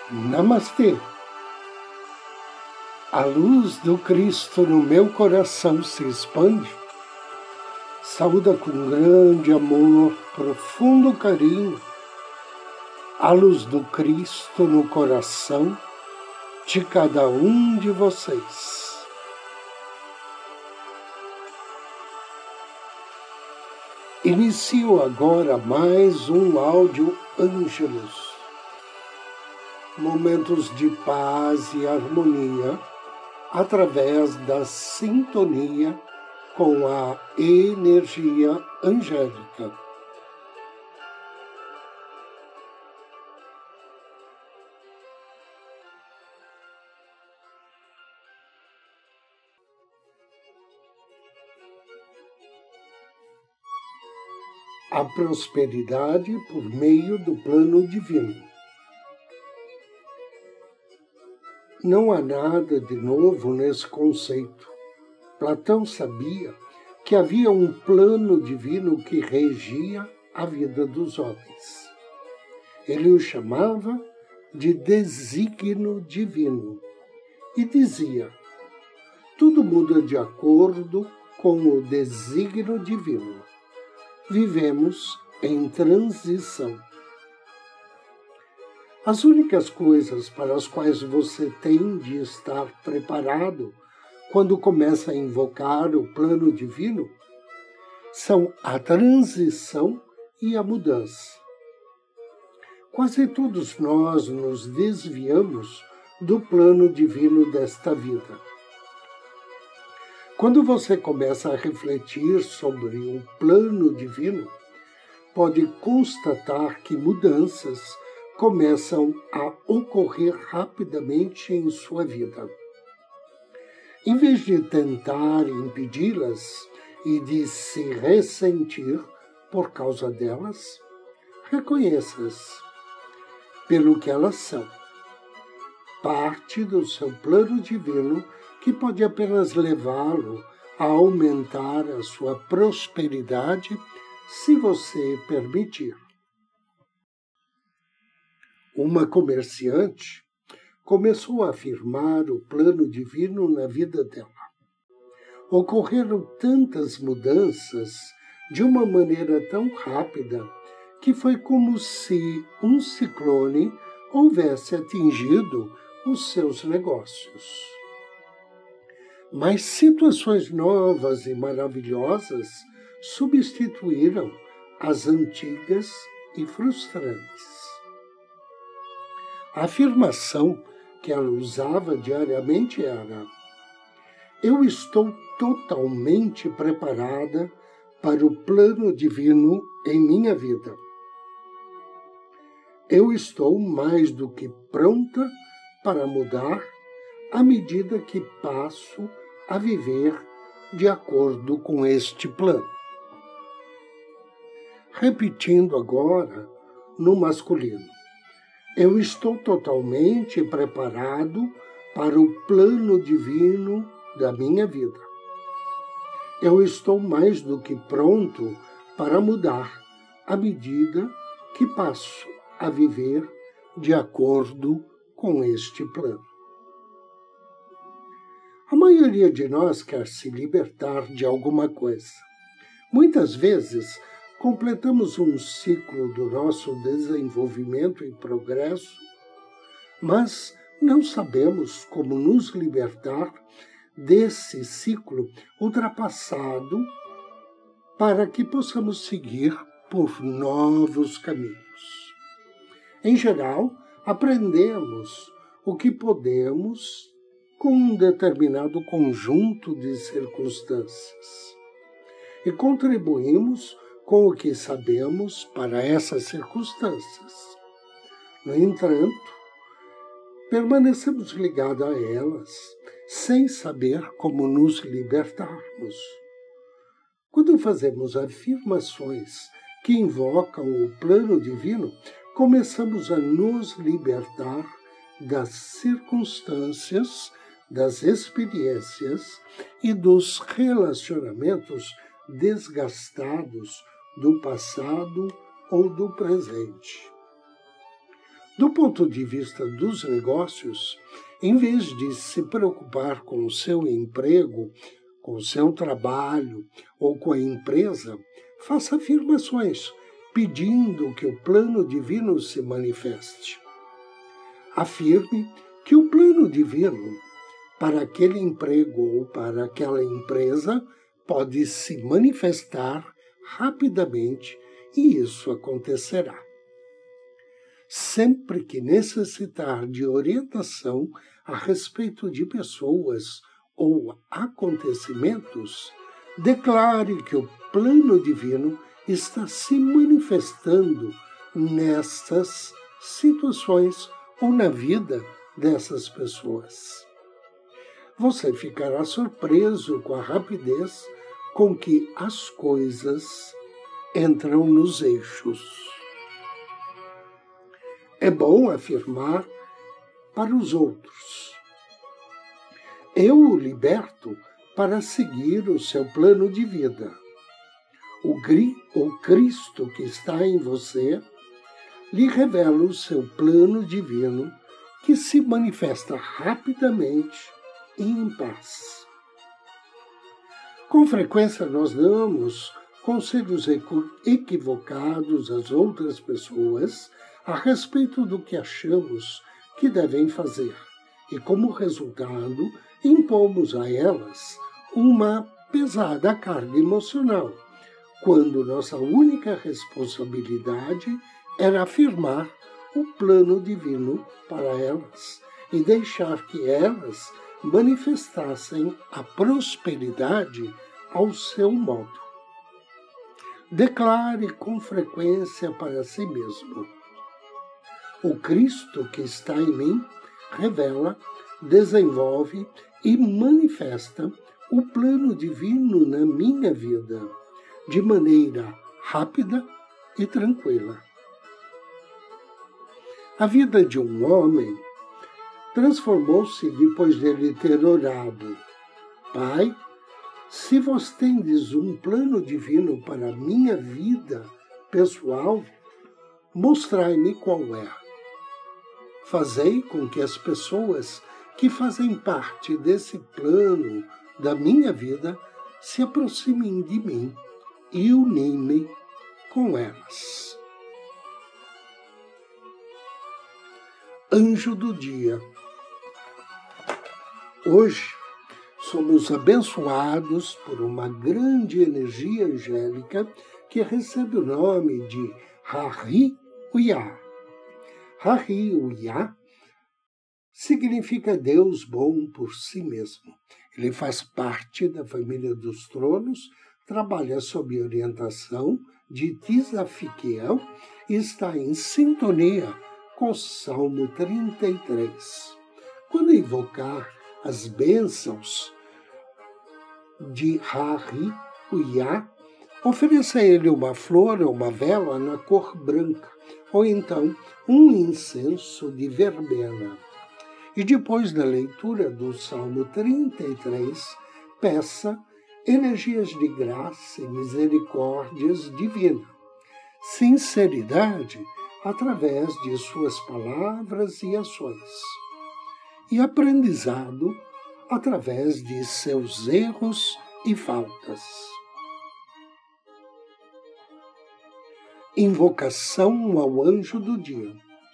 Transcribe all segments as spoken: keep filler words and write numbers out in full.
Namastê! A luz do Cristo no meu coração se expande, saúda com grande amor, profundo carinho, a luz do Cristo no coração de cada um de vocês. Inicio agora mais um áudio Ângelus, momentos de paz e harmonia através da sintonia com a energia angélica. A prosperidade por meio do plano divino. Não há nada de novo nesse conceito. Platão sabia que havia um plano divino que regia a vida dos homens. Ele o chamava de desígnio divino e dizia: tudo muda de acordo com o desígnio divino. Vivemos em transição. As únicas coisas para as quais você tem de estar preparado quando começa a invocar o plano divino são a transição e a mudança. Quase todos nós nos desviamos do plano divino desta vida. Quando você começa a refletir sobre o plano divino, pode constatar que mudanças começam a ocorrer rapidamente em sua vida. Em vez de tentar impedi-las e de se ressentir por causa delas, reconheça-as pelo que elas são. Parte do seu plano divino que pode apenas levá-lo a aumentar a sua prosperidade, se você permitir. Uma comerciante começou a afirmar o plano divino na vida dela. Ocorreram tantas mudanças de uma maneira tão rápida que foi como se um ciclone houvesse atingido os seus negócios. Mas situações novas e maravilhosas substituíram as antigas e frustrantes. A afirmação que ela usava diariamente era: eu estou totalmente preparada para o plano divino em minha vida. Eu estou mais do que pronta para mudar à medida que passo a viver de acordo com este plano. Repetindo agora no masculino: eu estou totalmente preparado para o plano divino da minha vida. Eu estou mais do que pronto para mudar à medida que passo a viver de acordo com este plano. A maioria de nós quer se libertar de alguma coisa. Muitas vezes, completamos um ciclo do nosso desenvolvimento e progresso, mas não sabemos como nos libertar desse ciclo ultrapassado para que possamos seguir por novos caminhos. Em geral, aprendemos o que podemos com um determinado conjunto de circunstâncias e contribuímos com o que sabemos para essas circunstâncias. No entanto, permanecemos ligados a elas sem saber como nos libertarmos. Quando fazemos afirmações que invocam o plano divino, começamos a nos libertar das circunstâncias, das experiências e dos relacionamentos desgastados do passado ou do presente. Do ponto de vista dos negócios, em vez de se preocupar com o seu emprego, com o seu trabalho ou com a empresa, faça afirmações pedindo que o plano divino se manifeste. Afirme que o plano divino para aquele emprego ou para aquela empresa pode se manifestar rapidamente e isso acontecerá. Sempre que necessitar de orientação a respeito de pessoas ou acontecimentos, declare que o plano divino está se manifestando nestas situações ou na vida dessas pessoas. Você ficará surpreso com a rapidez com que as coisas entram nos eixos. É bom afirmar para os outros: eu o liberto para seguir o seu plano de vida. O, o Cristo que está em você lhe revela o seu plano divino que se manifesta rapidamente e em paz. Com frequência nós damos conselhos equivocados às outras pessoas a respeito do que achamos que devem fazer e, como resultado, impomos a elas uma pesada carga emocional, quando nossa única responsabilidade era afirmar o plano divino para elas e deixar que elas manifestassem a prosperidade ao seu modo. Declare com frequência para si mesmo: o Cristo que está em mim revela, desenvolve e manifesta o plano divino na minha vida, de maneira rápida e tranquila. A vida de um homem transformou-se depois dele ter orado: Pai, se vós tendes um plano divino para a minha vida pessoal, mostrai-me qual é. Fazei com que as pessoas que fazem parte desse plano da minha vida se aproximem de mim e unim-me com elas. Anjo do dia. Hoje somos abençoados por uma grande energia angélica que recebe o nome de Hari-Uya. Hari-Uya significa Deus bom por si mesmo. Ele faz parte da família dos tronos, trabalha sob orientação de Tisafiquiel e está em sintonia com o Salmo trinta e três. Quando invocar as bênçãos de Hari-Uya, ofereça a ele uma flor ou uma vela na cor branca, ou então um incenso de verbena. E depois da leitura do Salmo trinta e três, peça energias de graça e misericórdias divinas, sinceridade através de suas palavras e ações, e aprendizado através de seus erros e faltas. Invocação ao anjo do dia.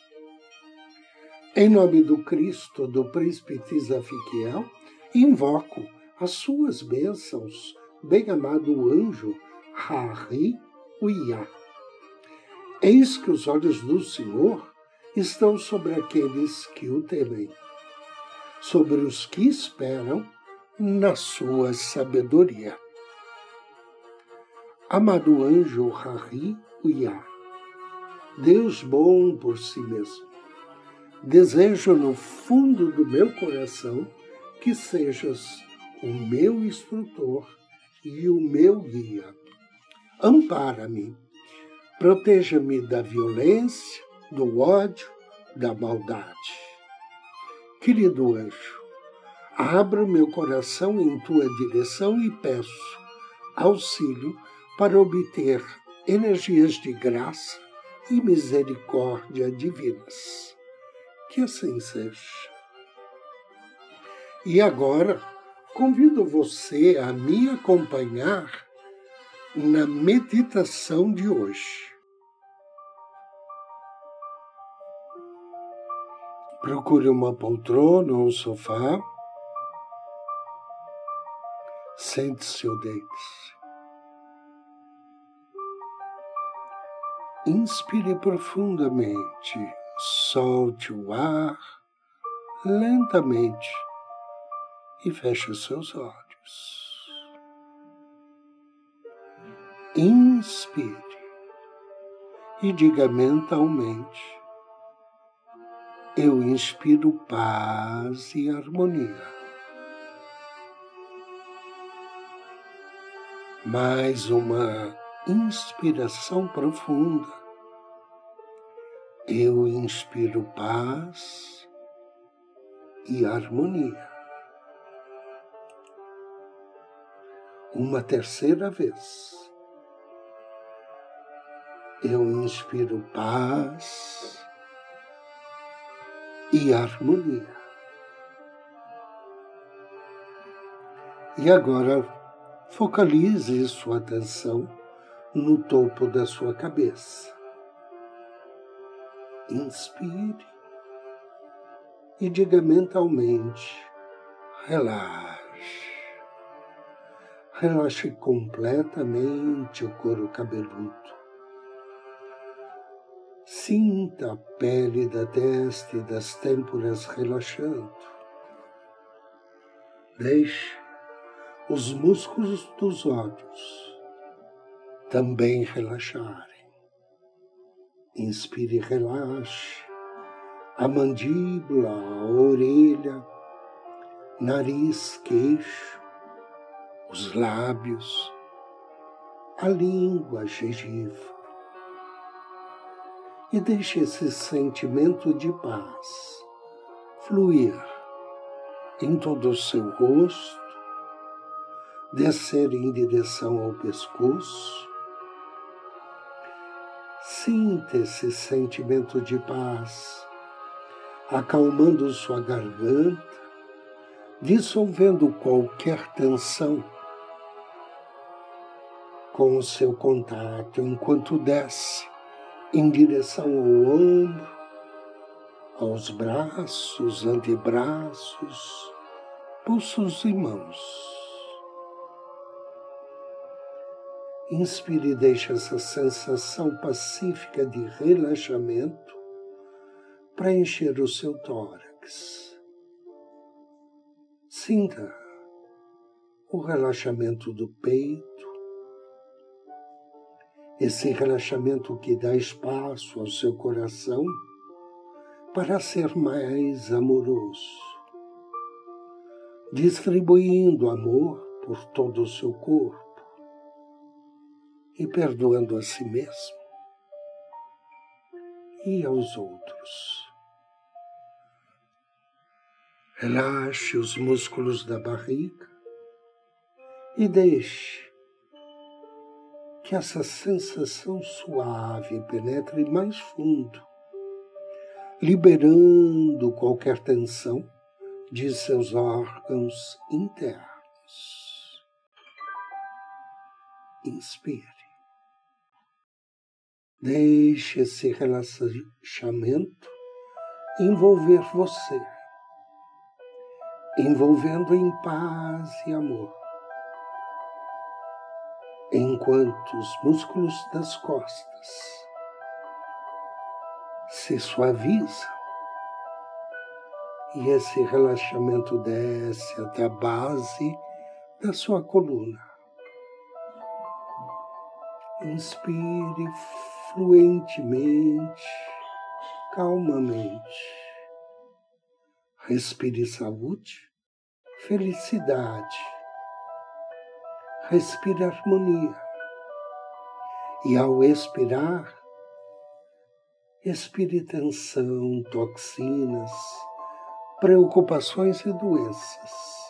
Em nome do Cristo, do príncipe Tisafiquiel, invoco as suas bênçãos, bem-amado anjo Hari-Uya. Eis que os olhos do Senhor estão sobre aqueles que o temem, sobre os que esperam na sua sabedoria. Amado anjo Hari-Uya, Deus bom por si mesmo, desejo no fundo do meu coração que sejas o meu instrutor e o meu guia. Ampara-me, proteja-me da violência, do ódio, da maldade. Querido anjo, abra o meu coração em tua direção e peço auxílio para obter energias de graça e misericórdia divinas. Que assim seja. E agora, convido você a me acompanhar na meditação de hoje. Procure uma poltrona ou um sofá. Sente-se ou deite-se. Inspire profundamente, solte o ar lentamente e feche os seus olhos. Inspire e diga mentalmente: eu inspiro paz e harmonia. Mais uma inspiração profunda. Eu inspiro paz e harmonia. Uma terceira vez. Eu inspiro paz e harmonia. E agora, focalize sua atenção no topo da sua cabeça. Inspire e diga mentalmente: relaxe. Relaxe completamente o couro cabeludo. Sinta a pele da testa e das têmporas relaxando. Deixe os músculos dos olhos também relaxarem. Inspire e relaxe a mandíbula, a orelha, nariz, queixo, os lábios, a língua, a gengiva. E deixe esse sentimento de paz fluir em todo o seu rosto, descer em direção ao pescoço. Sinta esse sentimento de paz acalmando sua garganta, dissolvendo qualquer tensão com o seu contato enquanto desce em direção ao ombro, aos braços, antebraços, pulsos e mãos. Inspire e deixe essa sensação pacífica de relaxamento preencher o seu tórax. Sinta o relaxamento do peito, esse relaxamento que dá espaço ao seu coração para ser mais amoroso, distribuindo amor por todo o seu corpo e perdoando a si mesmo e aos outros. Relaxe os músculos da barriga e deixe que essa sensação suave penetre mais fundo, liberando qualquer tensão de seus órgãos internos. Inspire. Deixe esse relaxamento envolver você, envolvendo em paz e amor, enquanto os músculos das costas se suavizam e esse relaxamento desce até a base da sua coluna. Inspire fluentemente, calmamente. Respire saúde, felicidade. Respire harmonia. E ao expirar, expire tensão, toxinas, preocupações e doenças.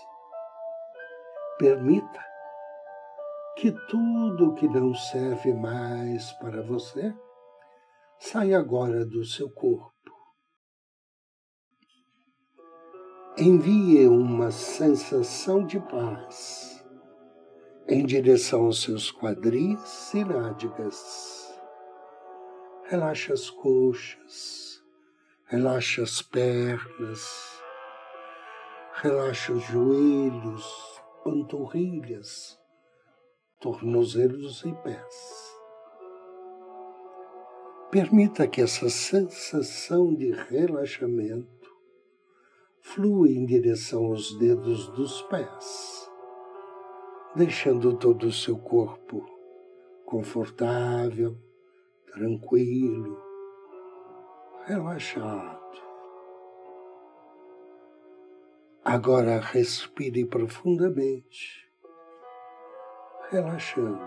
Permita que tudo que não serve mais para você saia agora do seu corpo. envie uma sensação de paz em direção aos seus quadris e nádegas. Relaxa as coxas, relaxa as pernas, relaxa os joelhos, panturrilhas, tornozelos e pés. Permita que essa sensação de relaxamento flua em direção aos dedos dos pés, deixando todo o seu corpo confortável, tranquilo, relaxado. Agora respire profundamente, relaxando.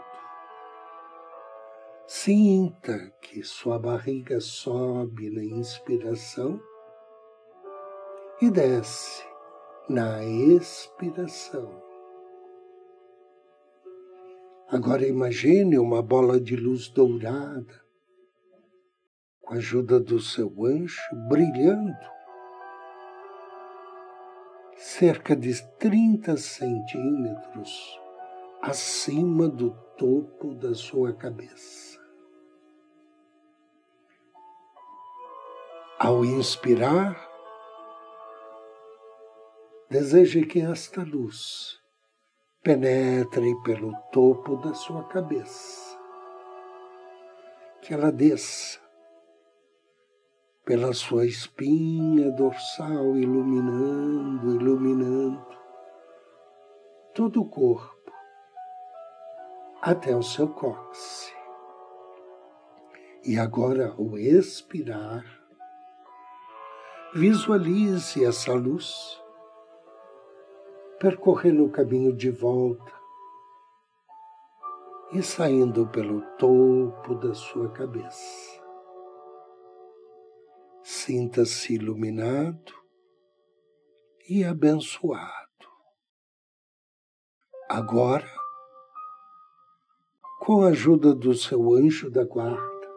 Sinta que sua barriga sobe na inspiração e desce na expiração. Agora imagine uma bola de luz dourada, com a ajuda do seu anjo, brilhando cerca de trinta centímetros acima do topo da sua cabeça. Ao inspirar, deseje que esta luz penetre pelo topo da sua cabeça, que ela desça pela sua espinha dorsal, iluminando, iluminando todo o corpo, até o seu cóccix. E agora, ao expirar, visualize essa luz percorrendo o caminho de volta e saindo pelo topo da sua cabeça. Sinta-se iluminado e abençoado. Agora, com a ajuda do seu anjo da guarda,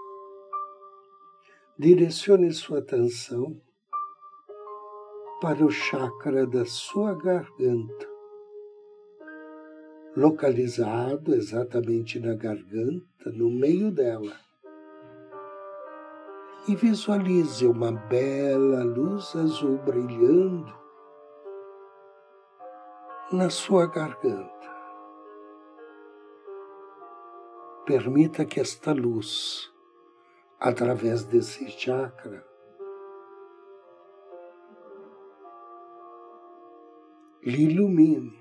direcione sua atenção para o chakra da sua garganta, localizado exatamente na garganta, no meio dela. E visualize uma bela luz azul brilhando na sua garganta. Permita que esta luz, através desse chakra, lhe ilumine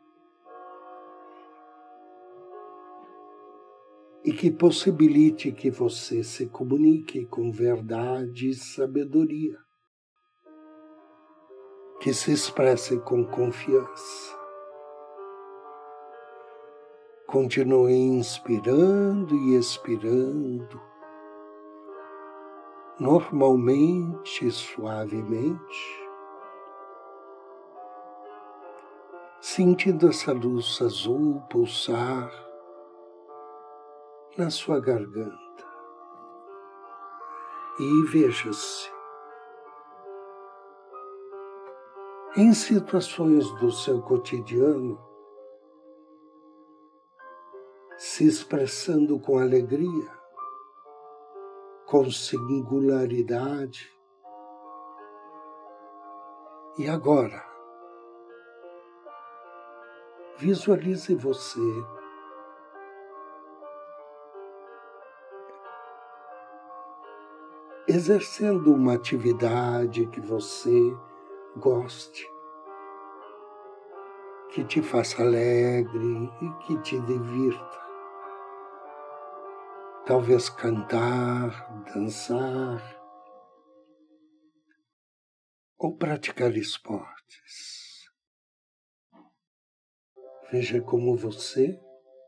e que possibilite que você se comunique com verdade e sabedoria, que se expresse com confiança. Continue inspirando e expirando, normalmente, suavemente, sentindo essa luz azul pulsar na sua garganta. E veja-se em situações do seu cotidiano, se expressando com alegria, com singularidade. E agora, visualize você exercendo uma atividade que você goste, que te faça alegre e que te divirta. Talvez cantar, dançar ou praticar esportes. Veja como você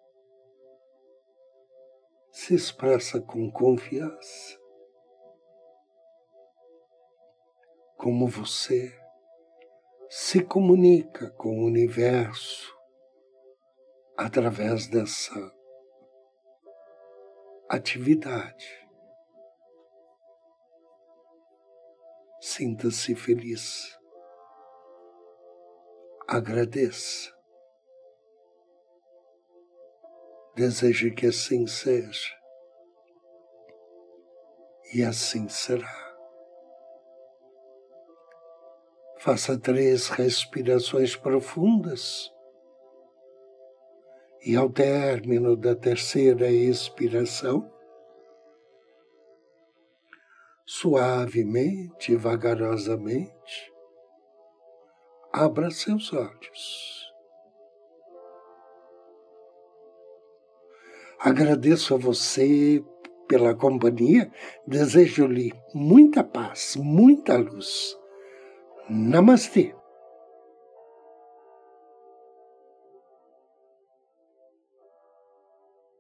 se expressa com confiança, como você se comunica com o universo através dessa atividade. Sinta-se feliz, Agradeça. Deseje que assim seja. E assim será. Faça três respirações profundas. E ao término da terceira expiração, suavemente, vagarosamente, abra seus olhos. Agradeço a você pela companhia, desejo-lhe muita paz, muita luz. Namastê.